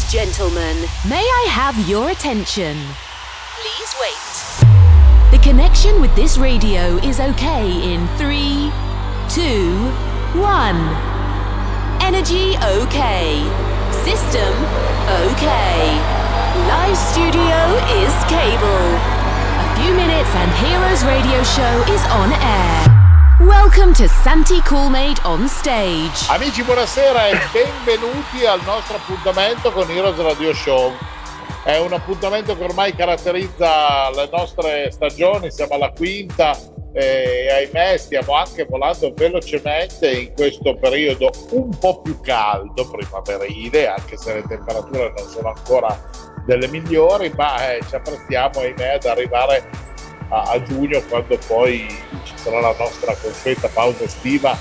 Gentlemen, may I have your attention? Please wait. The connection with this radio is okay in 3, 2, 1. Energy okay. System okay. Live studio is cable. A few minutes and Heroes Radio Show is on air. Welcome to Santi Coolmade on stage. Amici, buonasera e benvenuti al nostro appuntamento con Heroes Radio Show. È un appuntamento che ormai caratterizza le nostre stagioni, siamo alla quinta e ahimè stiamo anche volando velocemente in questo periodo un po' più caldo, primaverile, anche se le temperature non sono ancora delle migliori, ma ci apprestiamo ahimè ad arrivare a giugno, quando poi ci sarà la nostra consueta pausa estiva,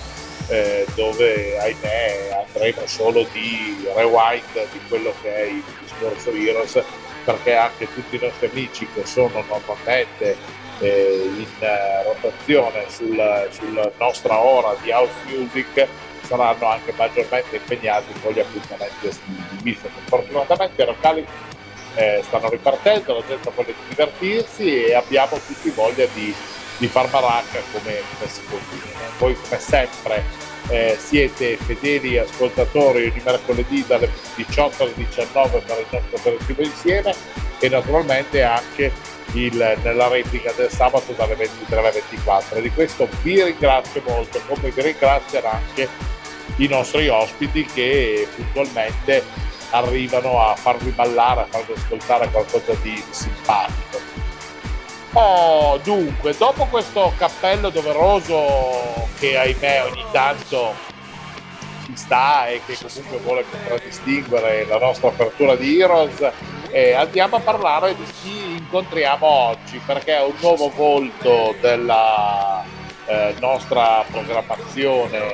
dove ahimè andremo solo di rewind di quello che è il discorso Heroes, perché anche tutti i nostri amici che sono normalmente in rotazione sulla nostra ora di house music saranno anche maggiormente impegnati con gli appuntamenti estivi, visto che fortunatamente i locali stanno ripartendo, la gente vuole divertirsi e abbiamo tutti voglia di far baracca come si può dire. Voi come sempre siete fedeli ascoltatori ogni mercoledì dalle 18 alle 19 per il nostro aperitivo insieme e naturalmente anche nella replica del sabato dalle 23 alle 24. Di questo vi ringrazio molto, come vi ringraziano anche i nostri ospiti che puntualmente arrivano a farvi ballare, a farvi ascoltare qualcosa di simpatico. Dunque, dopo questo cappello doveroso che ahimè ogni tanto ci sta e che comunque vuole contraddistinguere la nostra apertura di Heroes, andiamo a parlare di chi incontriamo oggi, perché è un nuovo volto della nostra programmazione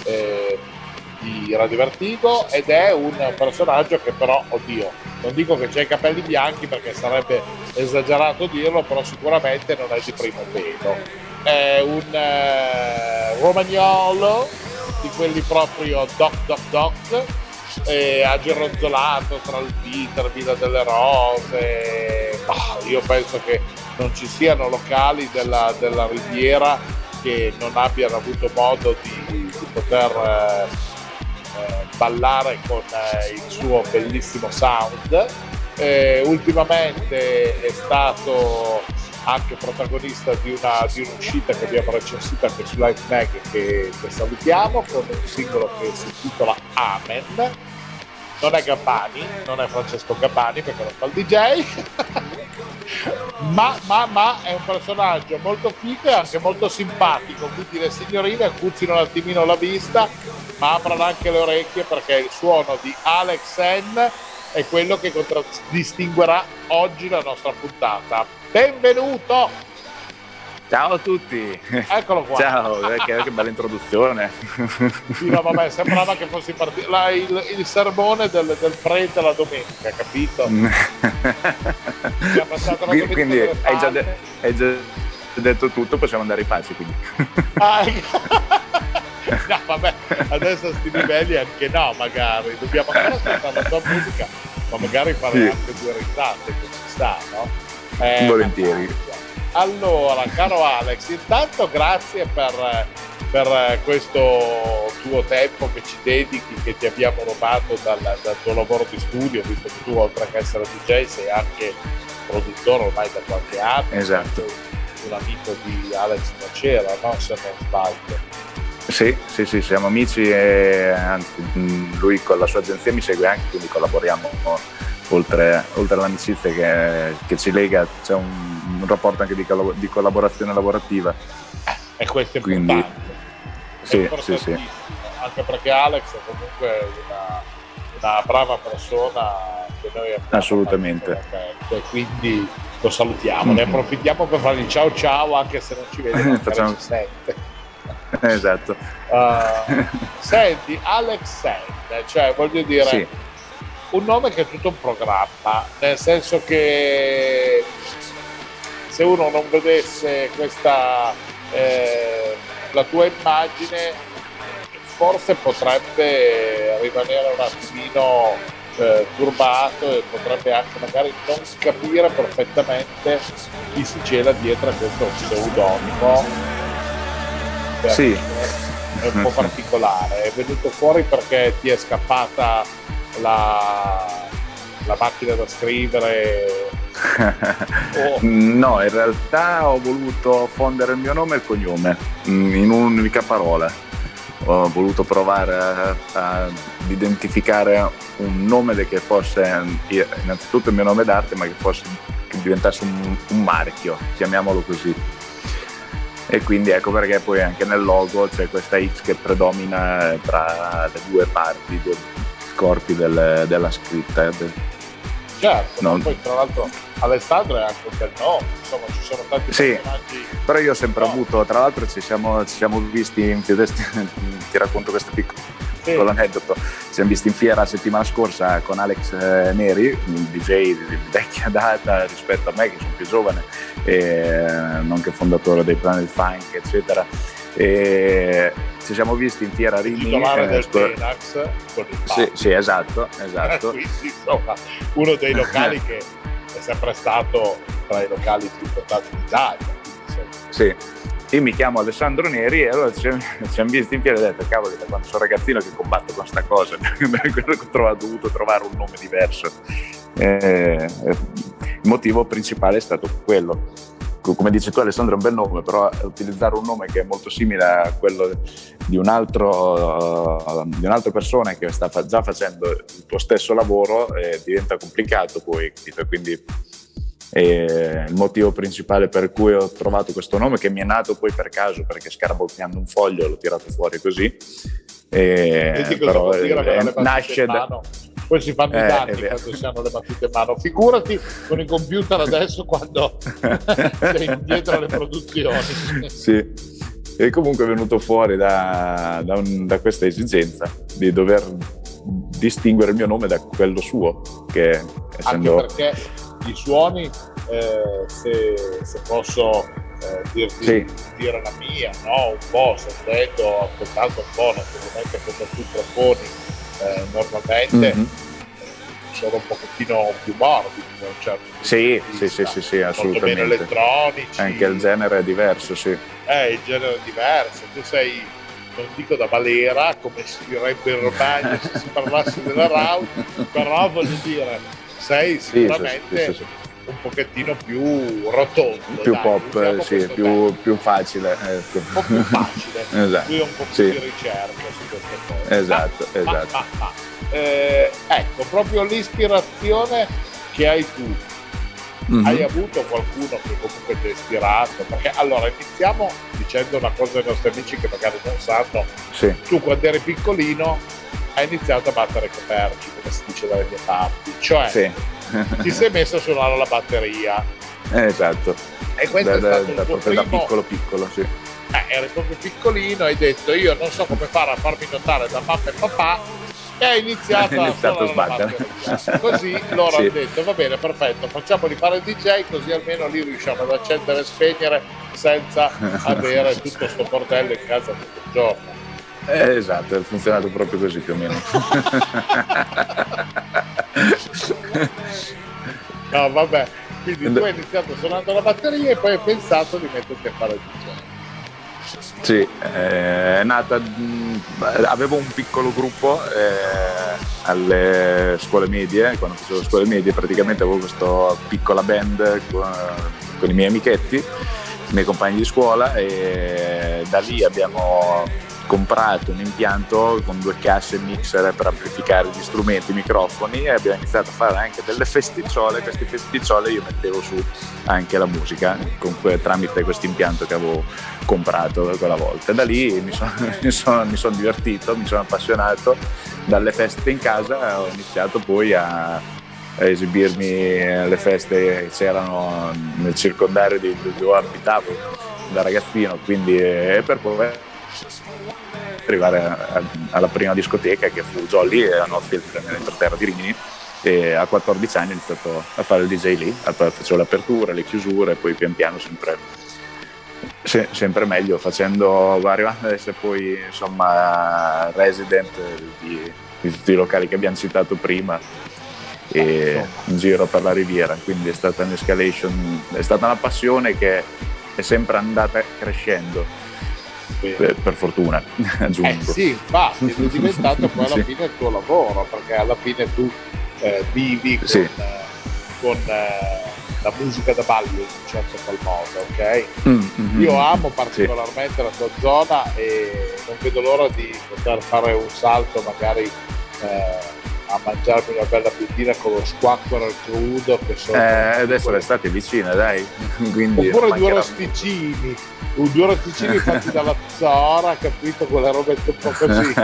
di Radio Vertigo, ed è un personaggio che però, oddio, non dico che c'ha i capelli bianchi perché sarebbe esagerato dirlo, però sicuramente non è di primo pelo. È un romagnolo di quelli proprio doc, aggironzolato tra il Peter, Villa delle Rose. Io penso che non ci siano locali della Riviera che non abbiano avuto modo di poter ballare con il suo bellissimo sound. Ultimamente è stato anche protagonista di un'uscita che abbiamo recensito anche su Live Mag, che salutiamo, con un singolo che si intitola Amen. Non è Gabbani, non è Francesco Gabbani perché non fa il DJ ma è un personaggio molto figo e anche molto simpatico, quindi le signorine accuzzino un attimino la vista ma aprano anche le orecchie, perché il suono di Alex N è quello che contraddistinguerà oggi la nostra puntata. Benvenuto! Ciao a tutti! Eccolo qua! Ciao, che bella introduzione! Sì, no, vabbè, sembrava che fossi partito il sermone del prete la domenica, capito? Quindi hai già detto tutto, possiamo andare ai passi, quindi. No, vabbè, adesso a sti livelli anche no, magari dobbiamo ancora ascoltare la tua musica, ma magari fare anche due risate, che ci sta, no? Volentieri. Allora, caro Alex, intanto grazie per questo tuo tempo che ci dedichi, che ti abbiamo rubato dal tuo lavoro di studio, visto che tu oltre che essere DJ sei anche produttore ormai da qualche anno. Esatto. Un amico di Alex Nocera, no? Se non sbaglio. Sì, siamo amici e anzi lui con la sua agenzia mi segue anche, quindi collaboriamo oltre all'amicizia che ci lega, c'è un rapporto anche di collaborazione lavorativa. E questo è importante. Sì. Anche perché Alex è comunque una brava persona che noi abbiamo. Assolutamente. E quindi lo salutiamo, ne approfittiamo per fargli ciao anche se non ci vede, Facciamo... ci sente. Esatto. Senti, Alex Sand, cioè voglio dire, sì, un nome che è tutto un programma, nel senso che se uno non vedesse questa la tua immagine forse potrebbe rimanere un attimino turbato e potrebbe anche magari non capire perfettamente chi si cela dietro a questo pseudonimo. Sì. È un po' particolare, è venuto fuori perché ti è scappata la macchina da scrivere? No, in realtà ho voluto fondere il mio nome e il cognome in un'unica parola. Ho voluto provare ad identificare un nome che fosse innanzitutto il mio nome d'arte, ma che diventasse un marchio, chiamiamolo così. E quindi ecco perché poi anche nel logo c'è questa X che predomina tra le due parti, due corpi della scritta. Certo, no. Poi tra l'altro Alessandro è anche un bel nome, insomma ci sono tanti personaggi. Però io ho sempre avuto, tra l'altro ci siamo visti ti racconto questo piccolo aneddoto. Ci siamo visti in fiera la settimana scorsa con Alex Neri, un DJ di vecchia data rispetto a me che sono più giovane, nonché fondatore dei Planet Funk eccetera, e ci siamo visti in fiera a Rimini, titolare del Tenax con il sì, esatto. Quindi insomma uno dei locali che è sempre stato tra i locali più importanti d'Italia. Sì, io mi chiamo Alessandro Neri e allora ci siamo visti in fiera e ho detto cavolo, da quando sono ragazzino che combatto con sta cosa, ho dovuto trovare un nome diverso. Il motivo principale è stato quello. Come dici tu Alessandro è un bel nome, però utilizzare un nome che è molto simile a quello di un'altra persona che sta già facendo il tuo stesso lavoro diventa complicato poi, quindi il motivo principale per cui ho trovato questo nome, che mi è nato poi per caso perché scarabocchiando un foglio l'ho tirato fuori così, però nasce da... Poi si fanno i danni quando si hanno le battute in mano, figurati con il computer adesso quando sei dietro alle produzioni. Sì, e comunque è venuto fuori da questa esigenza di dover distinguere il mio nome da quello suo, che essendo... Anche perché i suoni, se posso dire la mia, no? Un po' sentendo, ascoltando un po', naturalmente come tu proponi normalmente, sono un pochettino più morbidi, un certo sì, assolutamente. Molto meno elettronici. Anche il genere è diverso, sì. Il genere è diverso. Tu sei, non dico da balera, come si direbbe in Romagna se si parlasse della RAU, però voglio dire, sei sicuramente un pochettino più rotondo, più pop, più facile, un po' più facile. Esatto. Qui un po' più di ricerca su queste cose. Esatto. Ecco, proprio l'ispirazione che hai tu. Hai avuto qualcuno che comunque ti ha ispirato? Perché allora iniziamo dicendo una cosa ai nostri amici che magari non sanno. Tu quando eri piccolino hai iniziato a battere coperci, come si dice dalle mie parti, cioè ti sei messo a suonare la batteria. Esatto. E questo è stato il tuo primo... da piccolo, sì. Eri proprio piccolino, hai detto io non so come fare a farmi notare da mamma e papà, e hai iniziato a sbattere. Così loro hanno detto va bene, perfetto, facciamoli fare il DJ, così almeno lì riusciamo ad accendere e spegnere senza avere tutto sto bordello in casa tutto il giorno. Esatto, è funzionato proprio così più o meno. No, vabbè, quindi tu hai iniziato suonando la batteria e poi hai pensato di metterti a fare il DJ. Sì, è nata, avevo un piccolo gruppo alle scuole medie, quando facevo le scuole medie praticamente avevo questa piccola band con i miei amichetti, i miei compagni di scuola, e da lì abbiamo comprato un impianto con 2 casse mixer per amplificare gli strumenti, i microfoni, e abbiamo iniziato a fare anche delle festicciole. Queste festicciole io mettevo su anche la musica tramite questo impianto che avevo comprato quella volta, e da lì mi sono divertito, mi sono appassionato. Dalle feste in casa ho iniziato poi a esibirmi alle feste che c'erano nel circondario dove abitavo da ragazzino, quindi per poi arrivare alla prima discoteca, che fu Jolly a Northfield nell'entroterra di Rimini, e a 14 anni ho iniziato a fare il DJ lì, facevo l'apertura, le chiusure, poi pian piano sempre meglio, arrivando ad essere poi insomma resident di tutti i locali che abbiamo citato prima, e in giro per la Riviera, quindi è stata un'escalation, è stata una passione che è sempre andata crescendo, per fortuna, aggiungo. Sì, infatti è diventato poi alla fine il tuo lavoro, perché alla fine tu vivi con la musica da ballo in un certo qual modo, ok? Io amo particolarmente la tua zona e non vedo l'ora di poter fare un salto magari a mangiarmi una bella piadina con lo squacquero al crudo, che sono adesso l'estate è vicina, dai. Quindi oppure due rosticini fatti dalla Zora, capito, quella roba un po' così.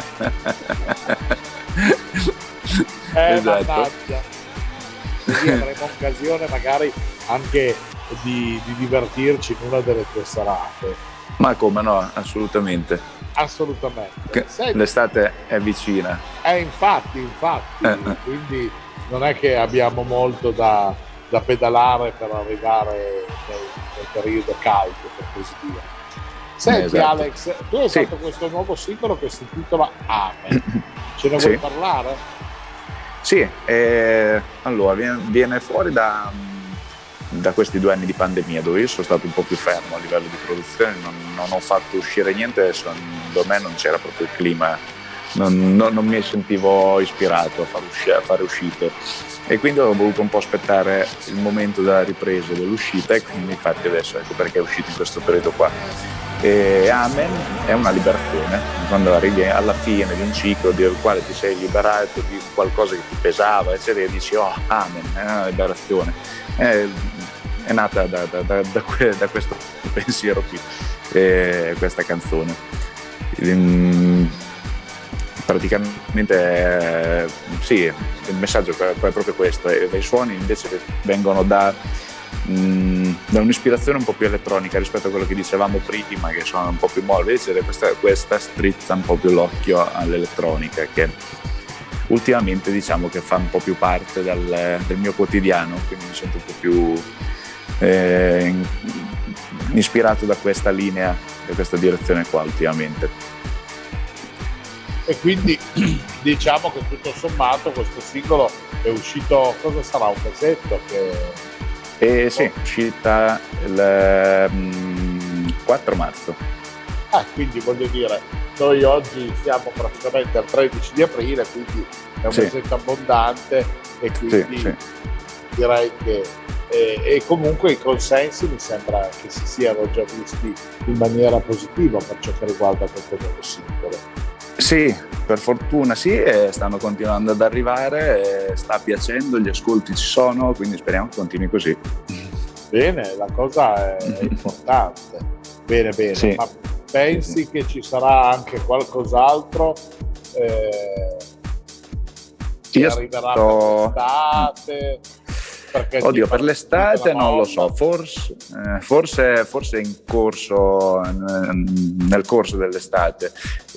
Esatto. Mannaggia. Quindi avremo occasione magari anche di divertirci in una delle tue serate. Ma come no, assolutamente. Senti, l'estate è vicina. Infatti. Quindi non è che abbiamo molto da pedalare per arrivare nel periodo caldo, per così dire. Senti, esatto. Alex, tu hai fatto questo nuovo singolo che si intitola Amen. Ce ne vuoi parlare? Sì, allora viene fuori da questi 2 anni di pandemia, dove io sono stato un po' più fermo a livello di produzione, non ho fatto uscire niente, secondo me non c'era proprio il clima, non mi sentivo ispirato a fare uscite, e quindi ho voluto un po' aspettare il momento della ripresa dell'uscita, e quindi infatti adesso ecco perché è uscito in questo periodo qua. E Amen è una liberazione, quando arrivi alla fine di un ciclo del quale ti sei liberato di qualcosa che ti pesava, eccetera, e dici oh Amen, è una liberazione. È nata da questo pensiero qui, questa canzone. Praticamente sì, il messaggio è proprio questo, e i suoni invece vengono da un'ispirazione un po' più elettronica rispetto a quello che dicevamo prima, che sono un po' più morbidi, questa strizza un po' più l'occhio all'elettronica, che ultimamente diciamo che fa un po' più parte del mio quotidiano, quindi mi sento un po' più ispirato da questa linea, da questa direzione qua ultimamente. E quindi diciamo che tutto sommato questo singolo è uscito, cosa sarà, un mesetto sì, è uscita il 4 marzo. Quindi voglio dire, noi oggi siamo praticamente al 13 di aprile, quindi è un mesetto abbondante, e quindi direi che e comunque i consensi mi sembra che si siano già visti in maniera positiva per ciò che riguarda questo nuovo singolo. Sì, per fortuna sì, stanno continuando ad arrivare, sta piacendo, gli ascolti ci sono, quindi speriamo che continui così. Bene, la cosa è importante. Bene, sì. Ma pensi che ci sarà anche qualcos'altro che arriverà per l'estate? Oddio, per l'estate non lo so, forse è in corso, nel corso dell'estate.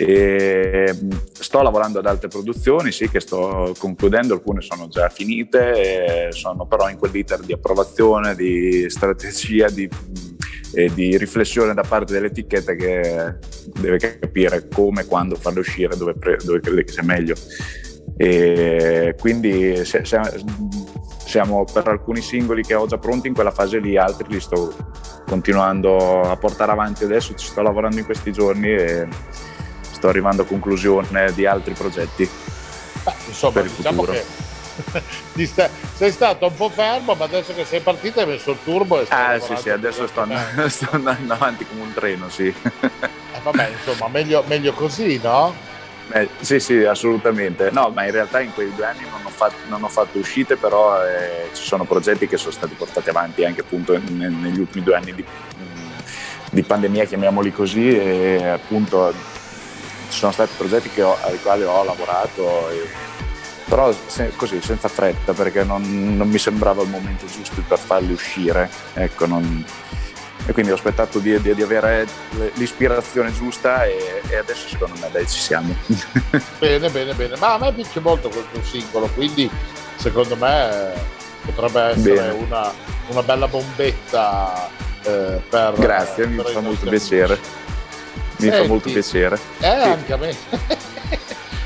Sto lavorando ad altre produzioni, sì, che sto concludendo, alcune sono già finite, sono però in quell'iter di approvazione, di strategia, di riflessione da parte dell'etichetta, che deve capire come e quando farle uscire, dove crede che sia meglio. E quindi siamo per alcuni singoli che ho già pronti in quella fase lì, altri li sto continuando a portare avanti adesso, ci sto lavorando in questi giorni e sto arrivando a conclusione di altri progetti. Insomma, per il diciamo futuro. Che sei stato un po' fermo, ma adesso che sei partito hai messo il turbo e sì, adesso sto andando avanti come un treno, sì. Vabbè, insomma, meglio così, no? Sì, assolutamente. No, ma in realtà in quei 2 anni non ho fatto uscite, però ci sono progetti che sono stati portati avanti anche appunto negli ultimi 2 anni di pandemia, chiamiamoli così, e appunto ci sono stati progetti ai quali ho lavorato, però così, senza fretta, perché non mi sembrava il momento giusto per farli uscire, ecco, e quindi ho aspettato di avere l'ispirazione giusta, e adesso secondo me dai, ci siamo. Bene, ma a me piace molto questo singolo, quindi secondo me potrebbe essere una bella bombetta per... Grazie, mi fa molto piacere. Mi fa molto piacere. Anche a me.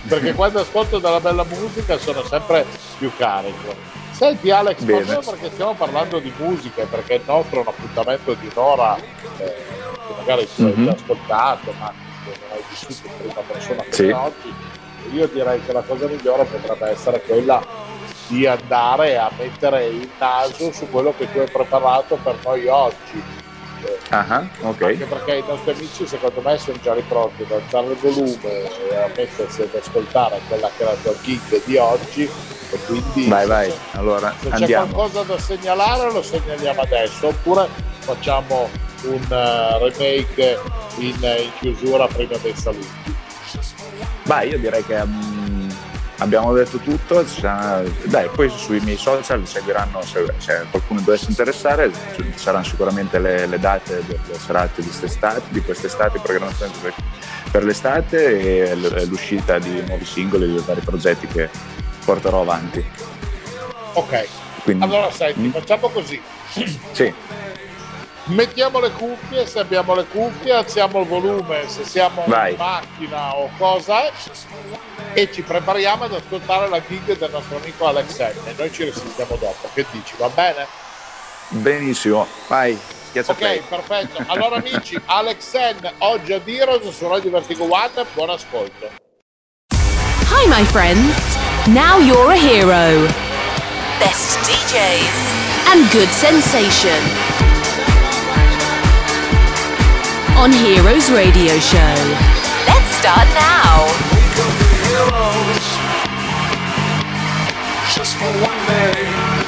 perché quando ascolto della bella musica sono sempre più carico. Senti Alex, proprio perché stiamo parlando di musica, perché il nostro è un appuntamento di un'ora che magari tu hai già ascoltato, ma non hai vissuto in prima persona come oggi, io direi che la cosa migliore potrebbe essere quella di andare a mettere il naso su quello che tu hai preparato per noi oggi. Okay. Anche perché i nostri amici secondo me sono già ripronti ad alzare il volume e a mettersi ad ascoltare quella che è la tua gig di oggi, e quindi vai. Allora se andiamo. c'è qualcosa da segnalare lo segnaliamo adesso, oppure facciamo un remake in chiusura prima dei saluti. Io direi che abbiamo detto tutto. Dai, poi sui miei social seguiranno, se qualcuno dovesse interessare, ci saranno sicuramente le date delle serate di quest'estate, programmazione per l'estate e l'uscita di nuovi singoli, di vari progetti che porterò avanti. Ok, quindi, allora senti, facciamo così. Sì. Mettiamo le cuffie, se abbiamo le cuffie, alziamo il volume se siamo in macchina o cosa è, e ci prepariamo ad ascoltare la gig del nostro amico Alex N. E noi ci risentiamo dopo. Che dici, va bene? Benissimo, vai. Ok, perfetto. Allora amici, Alex N oggi a Heroes su Radio Vertigo One, buon ascolto. Hi my friends, now you're a hero. Best DJs and good sensation on Heroes Radio Show. Let's start now. We could be heroes just for one day.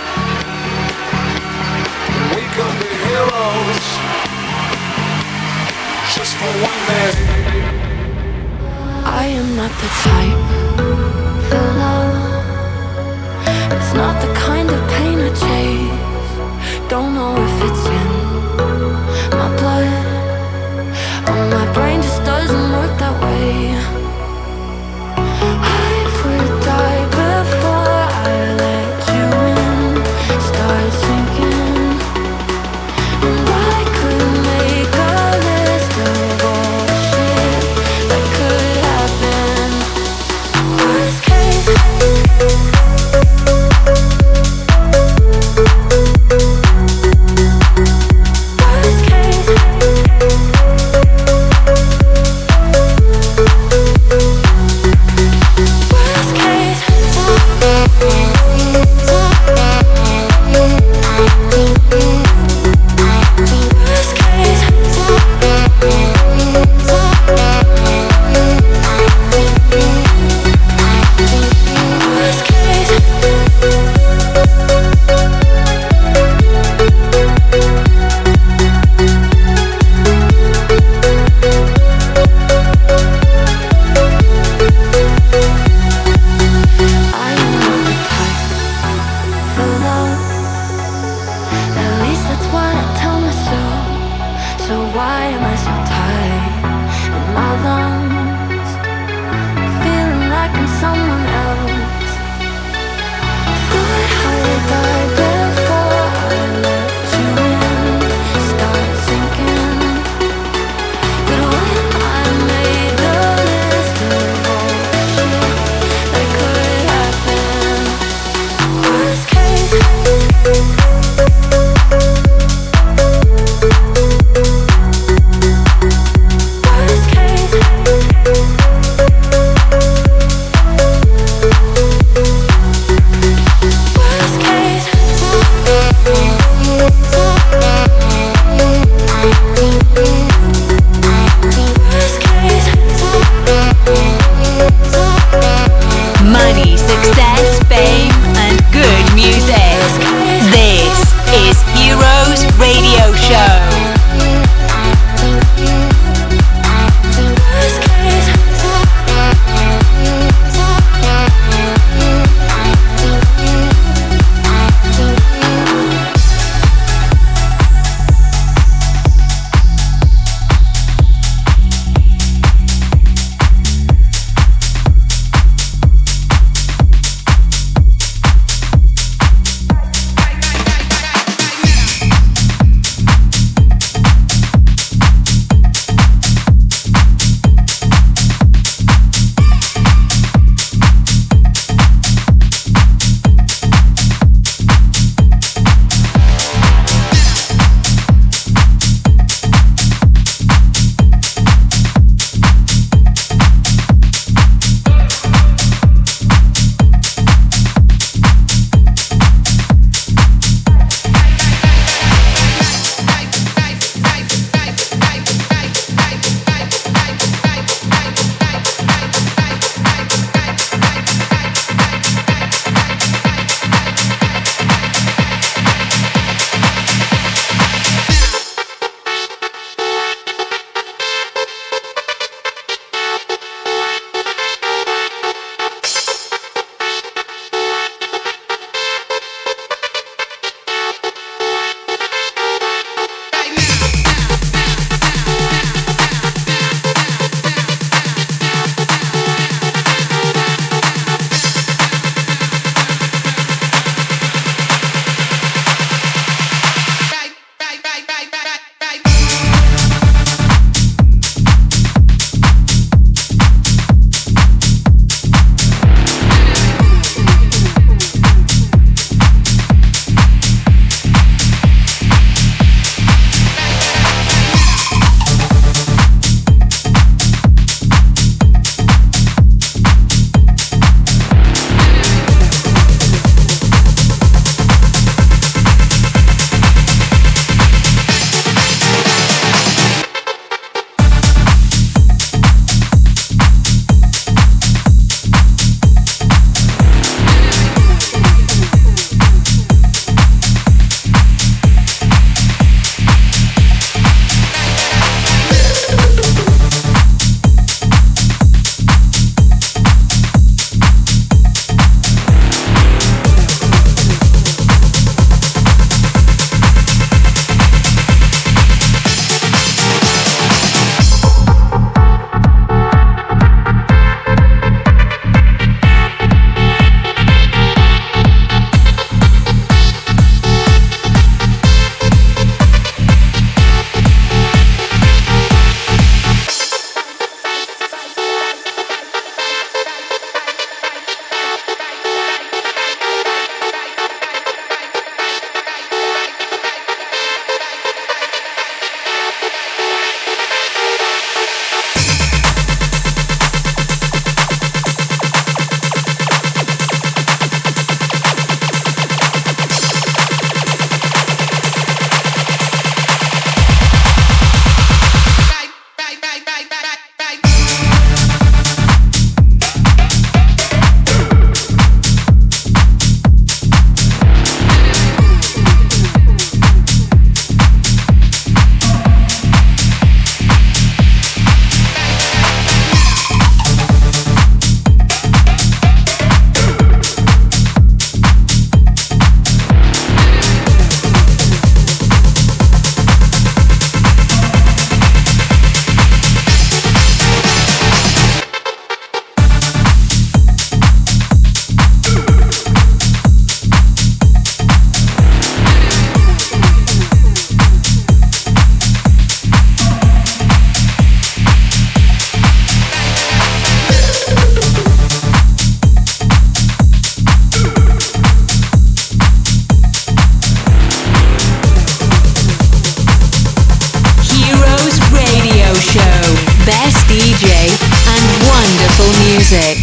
We could be heroes just for one day. I am not the type for love. It's not the kind of pain I chase. Don't know if it's in my blood. My brain just doesn't work that way. I would die before I let you in. Start sinking, and I could make a list of all the shit that could happen. music.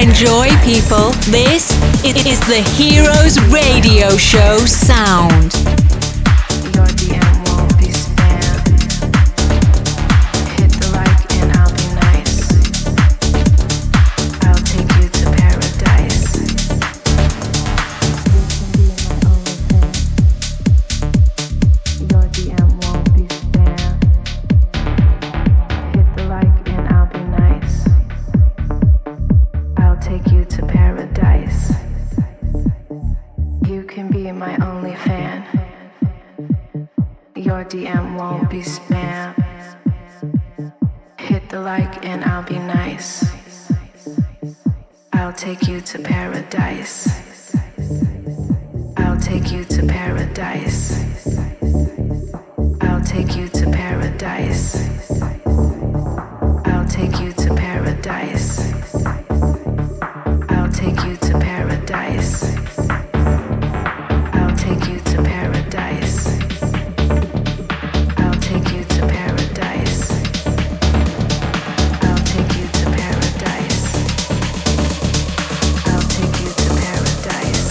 enjoy, people. This is the Heroes Radio Show sound. Your DM won't be spam. Hit the like and I'll be nice. I'll take you to paradise. Your DM won't be spam. Hit the like and I'll be nice. I'll take you to paradise. You can be my only fan. Your DM won't be spam. Hit the like and I'll be nice. I'll take you to paradise. I'll take you to paradise. I'll take you to paradise. I'll take you to paradise. I'll take you to paradise. I'll take you to paradise. I'll take you to paradise. I'll take you to paradise. I'll take you to paradise.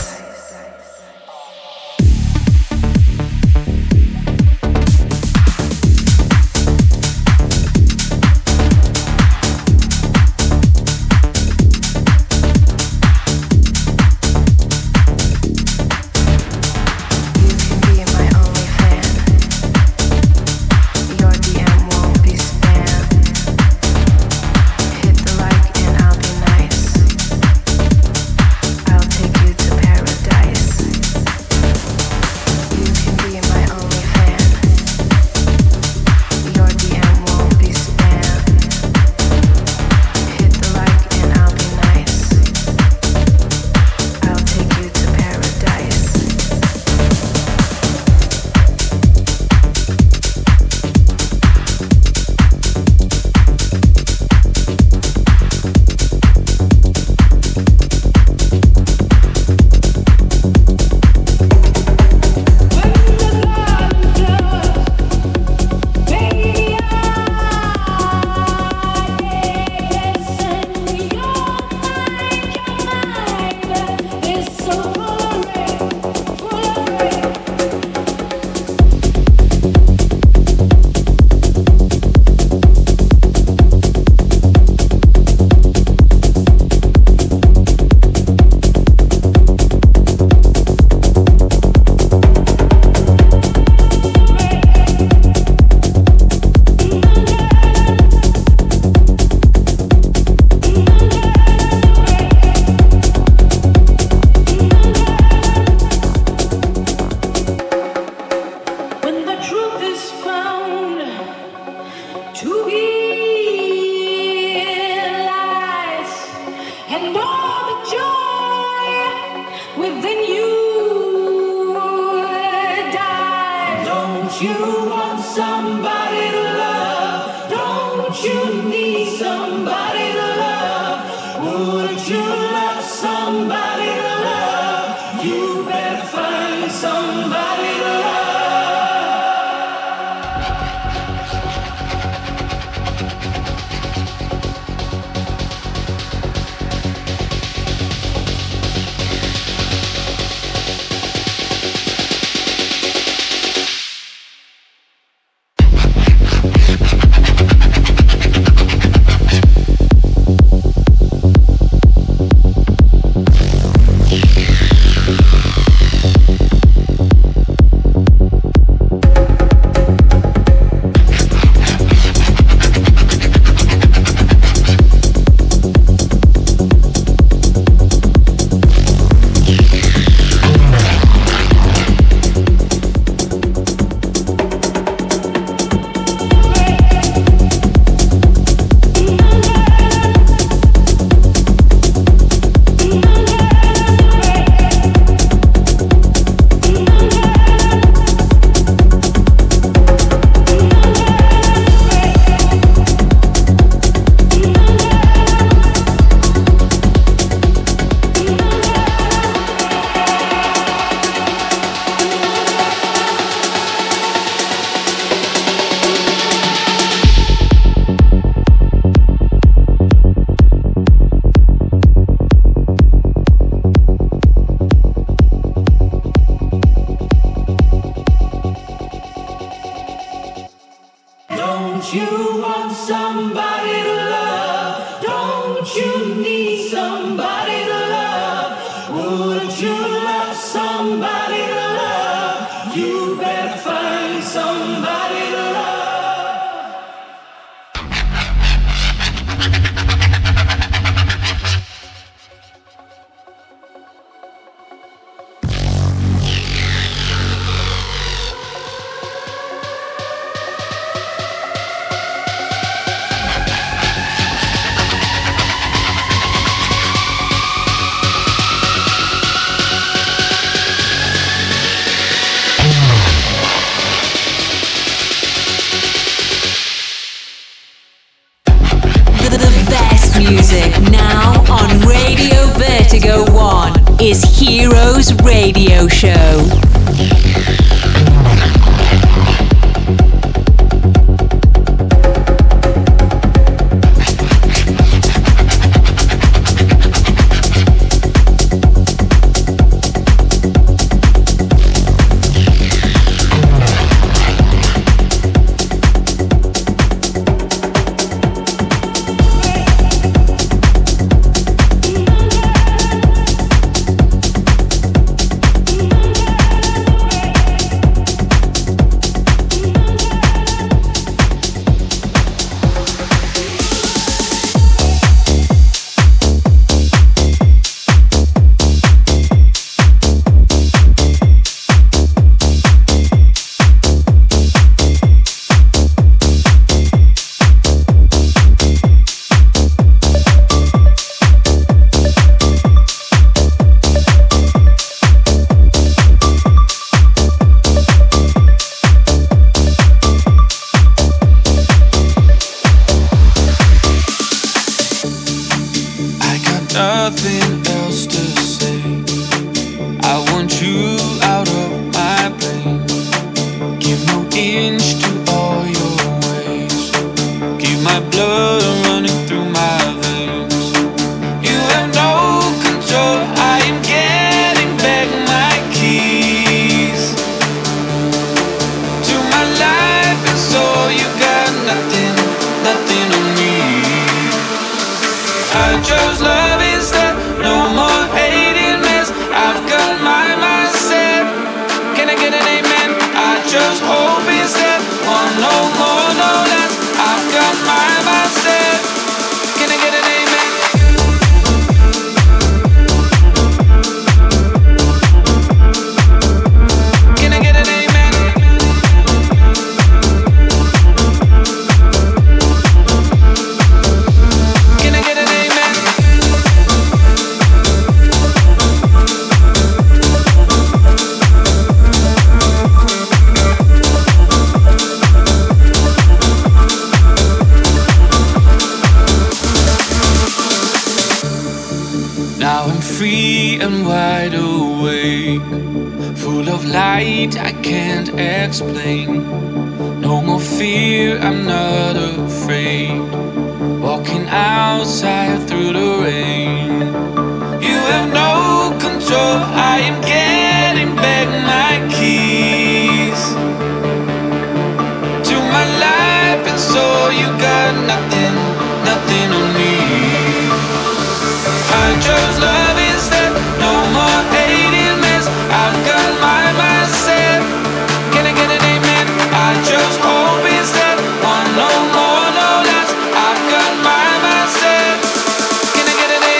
is Heroes Radio Show. Can I get an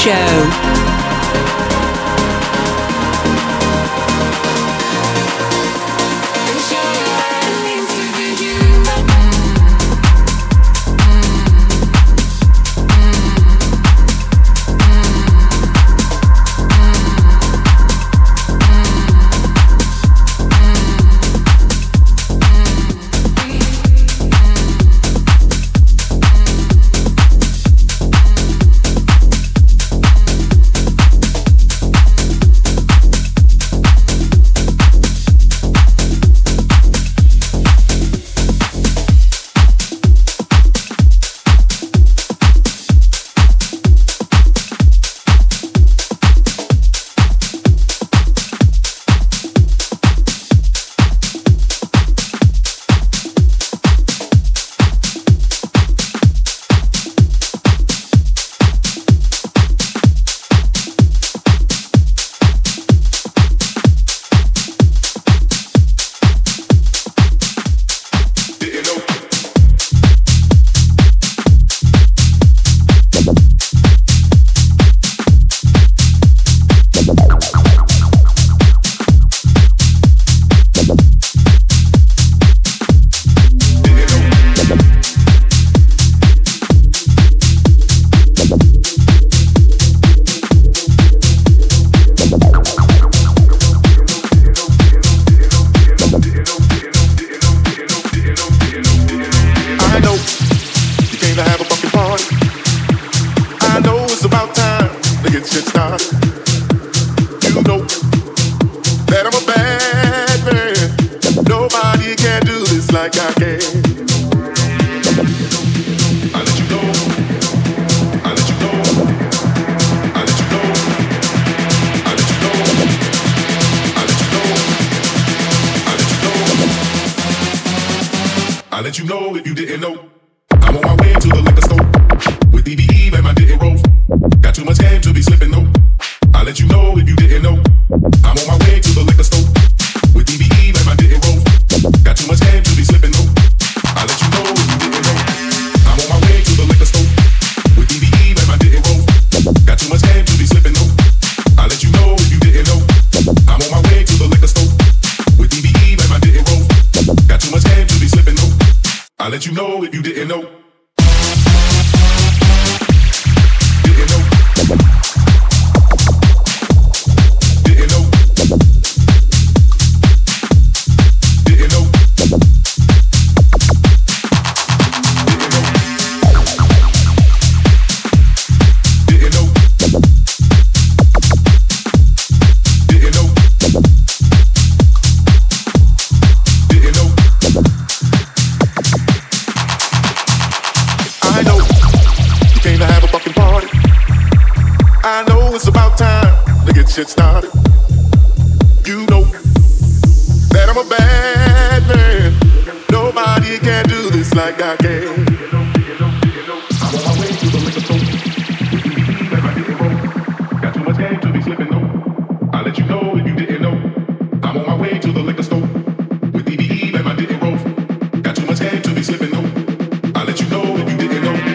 Show. Shit started. You know that I'm a bad man. Nobody can do this like I can. I'm on my way to the liquor store. If I didn't roll, got too much game to be slipping though. I'll let you know if you didn't know. I'm on my way to the liquor store with DBE and I didn't roll. Got too much game to be slipping though. I'll let you know if you didn't know.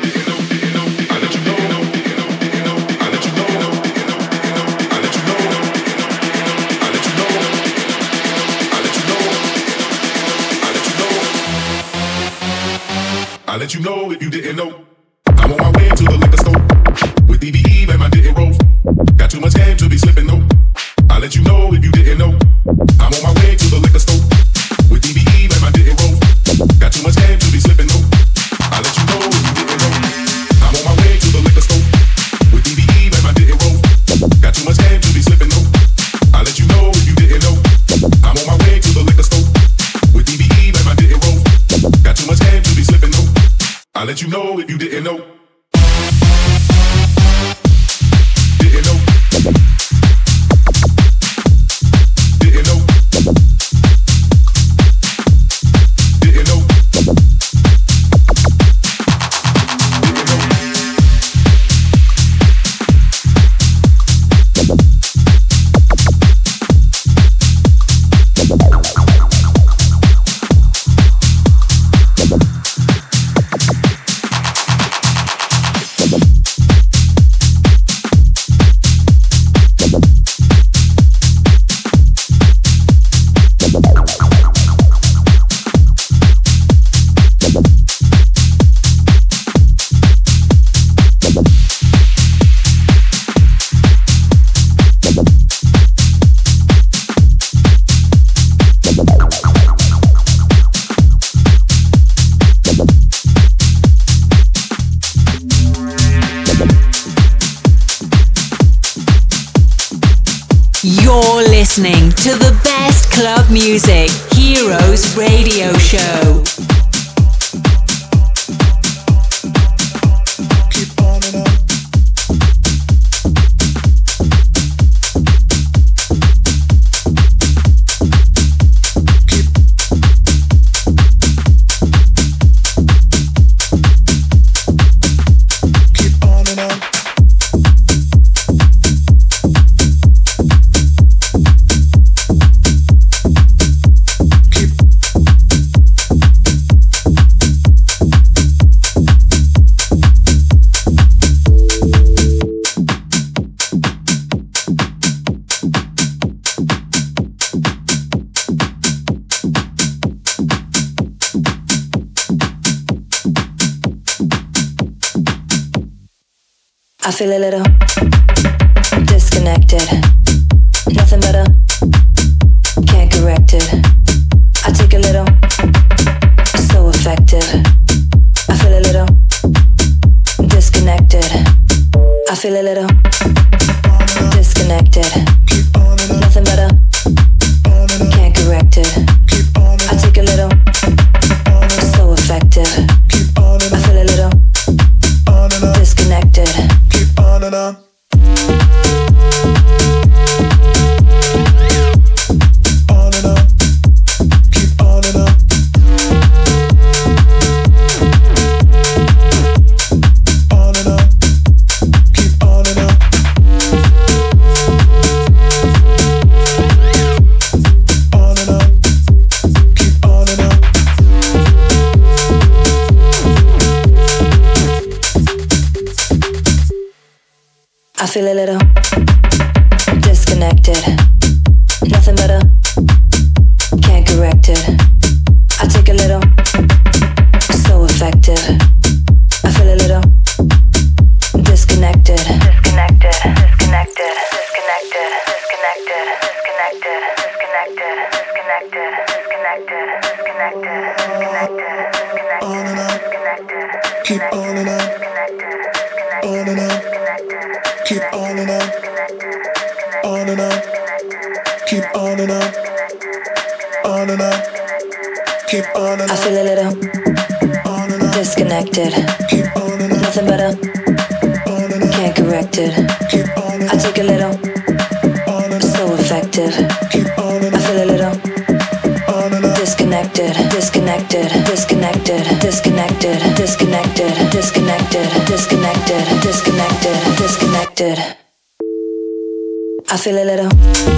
I'll let you know if you didn't know. I'm on my way to the liquor store with DBE and I didn't roll. Got too much game to be slipping though. I'll let you know if you didn't know. I'm on my way to the liquor store with DBE and I didn't roll. Got too much game to be slipping though. I'll let you know if you didn't know. I'm on my way to the liquor store with DBE and I didn't roll. Got too much game to be slipping though. I'll let you know if you didn't know. I'm on my way to the liquor store with DBE and I didn't roll. Got too much game to be slipping though. I'll let you know if you didn't. You're listening to the best club music, Heroes Radio Show. I feel a little disconnected. Nothing better, can't correct it. I take a little, so effective. I feel a little disconnected. I feel a little disconnected. Nothing better, can't correct it. I take a little, so effective. I feel a little disconnected. Keep on and on. On and on. Keep on and on. On and on. Keep on and on. On and on. Keep on and on. I feel a little disconnected. Nothing better, can't correct it. I take a little, so effective. I feel a little disconnected. Disconnected, disconnected, disconnected, disconnected, disconnected, disconnected, disconnected, disconnected, disconnected, disconnected, disconnected, On and on. disconnected, Keep on and on. On and on. Keep on and on. On and on. Keep on and on. On and on. Keep on and I on. feel a little On and on. disconnected. Keep on and on. Nothing better, On and on. can't correct it. Keep on and I on. take a little, On and on. so effective. Keep on and I on. feel a little On and on. disconnected, disconnected, disconnected, disconnected, disconnected, disconnected, disconnected, disconnected, disconnected. I feel a little.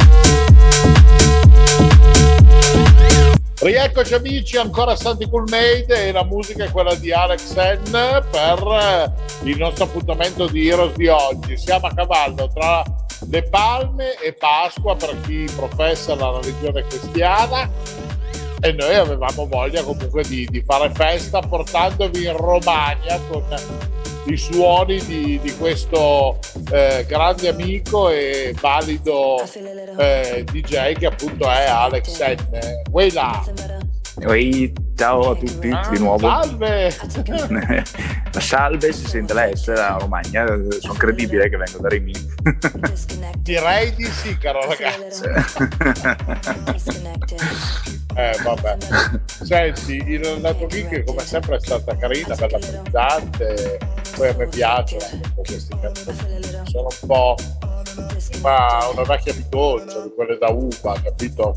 Rieccoci amici, ancora Santi Cool Made e la musica è quella di Alex N per il nostro appuntamento di Heroes di oggi. Siamo a cavallo tra le palme e Pasqua per chi professa la religione cristiana e noi avevamo voglia comunque di fare festa portandovi in Romagna con i suoni di questo grande amico e valido DJ che appunto è Alex N. Way là. Ehi, ciao a tutti di nuovo. Salve! Salve, si sente la S da Romagna, sono credibile che vengo da Rimini. Direi di sì, caro ragazzo. Vabbè. Senti, la tua gig come sempre è stata carina, bella frizzante, poi a me piacciono un po' questi canzoni, sono un po' una vecchia bicoccia di quelle da uva, capito?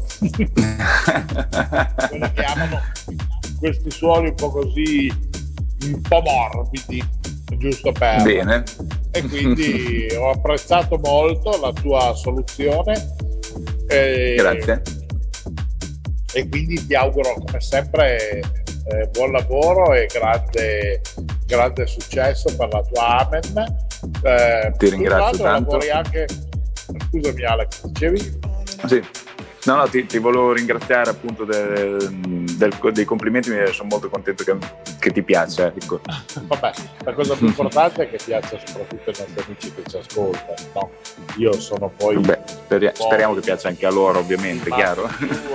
Quelle che amano questi suoni un po' così, un po' morbidi, giusto per... Bene. E quindi ho apprezzato molto la tua soluzione. Grazie. E quindi ti auguro come sempre buon lavoro e grande successo per la tua Amen. Ti ringrazio tanto. Lavori anche... Scusami Alex, dicevi? Sì. No, ti volevo ringraziare appunto dei complimenti, sono molto contento che ti piaccia. Ecco. Vabbè, la cosa più importante è che piaccia soprattutto ai nostri amici che ci ascoltano, no? Io sono poi... Beh, speriamo che piaccia anche a loro, ovviamente, chiaro?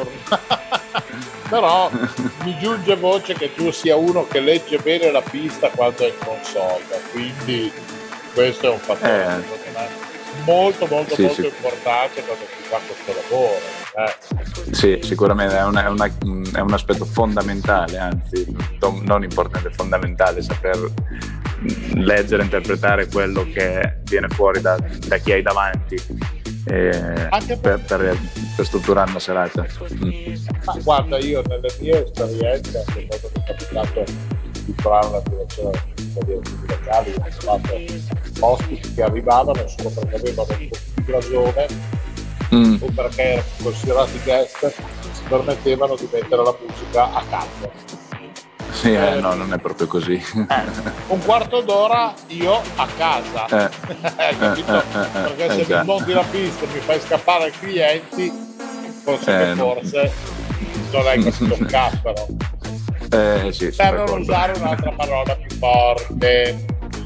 Però mi giunge voce che tu sia uno che legge bene la pista quando è in console, quindi questo è un fattore. molto sì. importante quando si fa questo lavoro. Sì, sicuramente è un aspetto fondamentale, anzi non importante, fondamentale, saper leggere e interpretare quello che viene fuori da chi hai davanti, anche per strutturare una serata. Ma guarda, io nelle mie esperienze, anche quando mi è capitato di trovare una direzione degli locali, ho trovato ospiti che arrivavano solo perché avevano un po' di blasone o perché erano considerati guest, si permettevano di mettere la musica a caso. Sì, no, non è proprio così. Un quarto d'ora io a casa, capito? Perché se mi monti la pista e mi fai scappare i clienti, forse non è che si toccassero. Sì, per non usare un'altra parola più forte.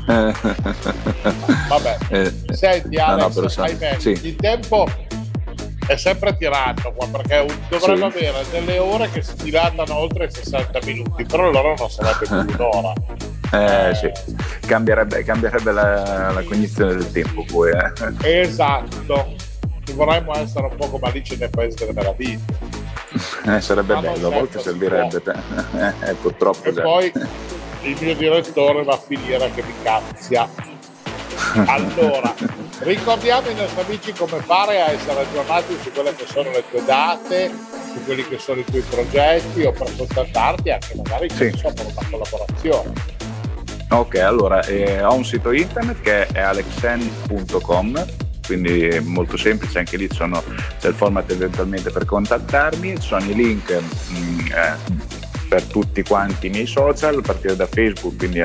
Vabbè, senti Alex, ahimè, sì. il tempo è sempre tiranno qua, perché dovrebbe avere delle ore che si dilatano oltre i 60 minuti, però loro non sarebbe più un'ora. Sì, cambierebbe la cognizione del tempo poi. Esatto, vorremmo essere un po' come Alice nel Paese delle Meraviglie. Sarebbe bello, a volte servirebbe, purtroppo. E poi il mio direttore va a finire che mi cazzia. Allora, ricordiamo ai nostri amici come fare a essere aggiornati su quelle che sono le tue date, su quelli che sono i tuoi progetti, o per contattarti anche magari per una collaborazione. Ok, allora ho un sito internet che è alexen.com, quindi è molto semplice, anche lì c'è il format eventualmente per contattarmi, ci sono i link per tutti quanti i miei social, a partire da Facebook, quindi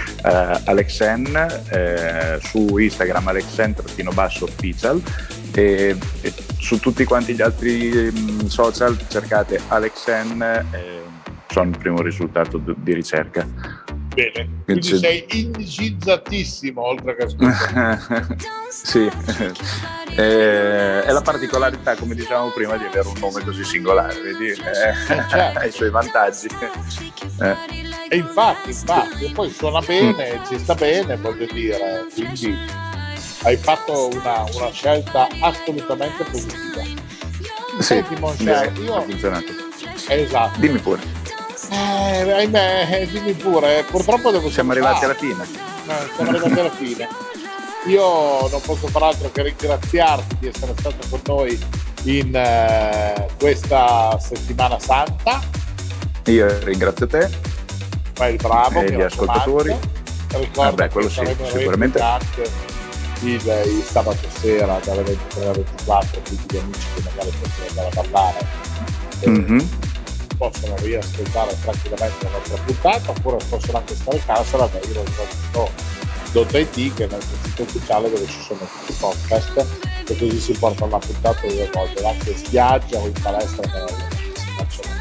Alexen, su Instagram Alexen_official, e su tutti quanti gli altri social cercate Alexen, sono il primo risultato di ricerca. Bene, quindi sei indicizzatissimo oltre che sì. È la particolarità, come dicevamo prima, di avere un nome così singolare, vedi? Certo. Ha i suoi vantaggi. E infatti, poi suona bene, ci sta bene, voglio dire, quindi hai fatto una scelta assolutamente positiva. Sì, senti Monchè, ha funzionato. Esatto. Dimmi pure. Ahimè, dimmi pure, purtroppo siamo arrivati alla fine. Siamo arrivati alla fine. Io non posso far altro che ringraziarti di essere stato con noi in questa settimana santa. Io ringrazio te. Fai il bravo. E gli ascoltatori. Ricorda quello che sì, sicuramente. Anche il sabato sera dalle 23 alle 24, quindi gli amici che magari possono andare a ballare possono riascoltare tranquillamente la nostra puntata, oppure possono anche stare a casa da Heroes.it, che è il nostro sito ufficiale dove ci sono tutti i podcast, e così si portano la puntata 2 volte, anche in spiaggia o in palestra, si facciano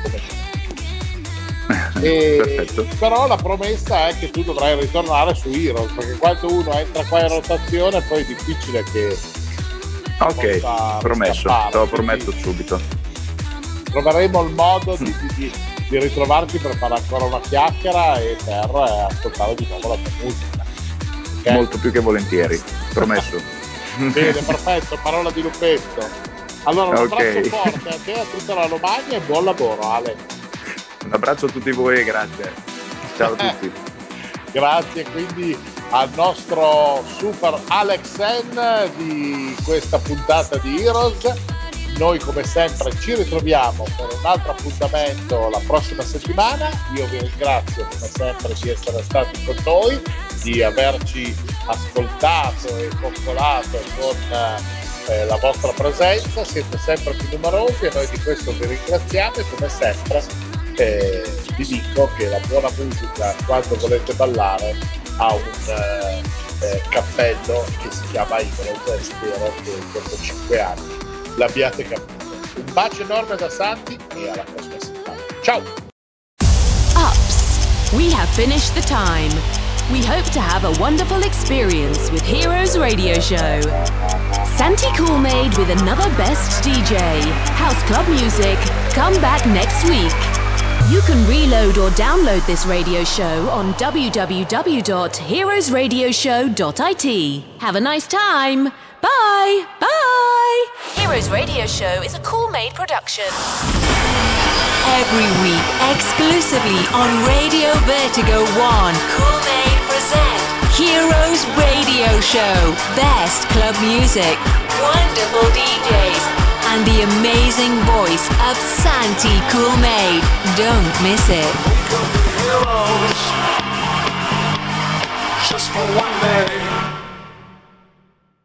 come però la promessa è che tu dovrai ritornare su Heroes, perché quando uno entra qua in rotazione poi è difficile che promesso, te lo prometto subito. Troveremo il modo di ritrovarti per fare ancora una chiacchiera e per ascoltare di nuovo la tua musica. Okay? Molto più che volentieri, promesso. Bene, perfetto, parola di Lupetto. Allora un abbraccio forte a te, a tutta la Romagna, e buon lavoro, Ale. Un abbraccio a tutti voi e grazie. Ciao a tutti. Grazie quindi al nostro super Alexen di questa puntata di Heroes. Noi come sempre ci ritroviamo per un altro appuntamento la prossima settimana. Io vi ringrazio come sempre di essere stati con noi, di averci ascoltato e coccolato con la vostra presenza. Siete sempre più numerosi e noi di questo vi ringraziamo, e come sempre vi dico che la buona musica, quando volete ballare, ha un cappello che si chiama Heroes, e spero che dopo 5 anni l'abbiate capito. Un bacio enorme da Santi e alla prossima settimana. Ciao! Ups, we have finished the time. We hope to have a wonderful experience with Heroes Radio Show. Santi Coolmade with another best DJ, House Club Music. Come back next week. You can reload or download this radio show on www.heroesradioshow.it. Have a nice time. Bye. Bye. Heroes Radio Show is a Cool-Made production. Every week, exclusively on Radio Vertigo 1, Cool-Made present Heroes Radio Show. Best club music, wonderful DJs, and the amazing voice of Santi Cool-Made. Don't miss it. Heroes, just for one day.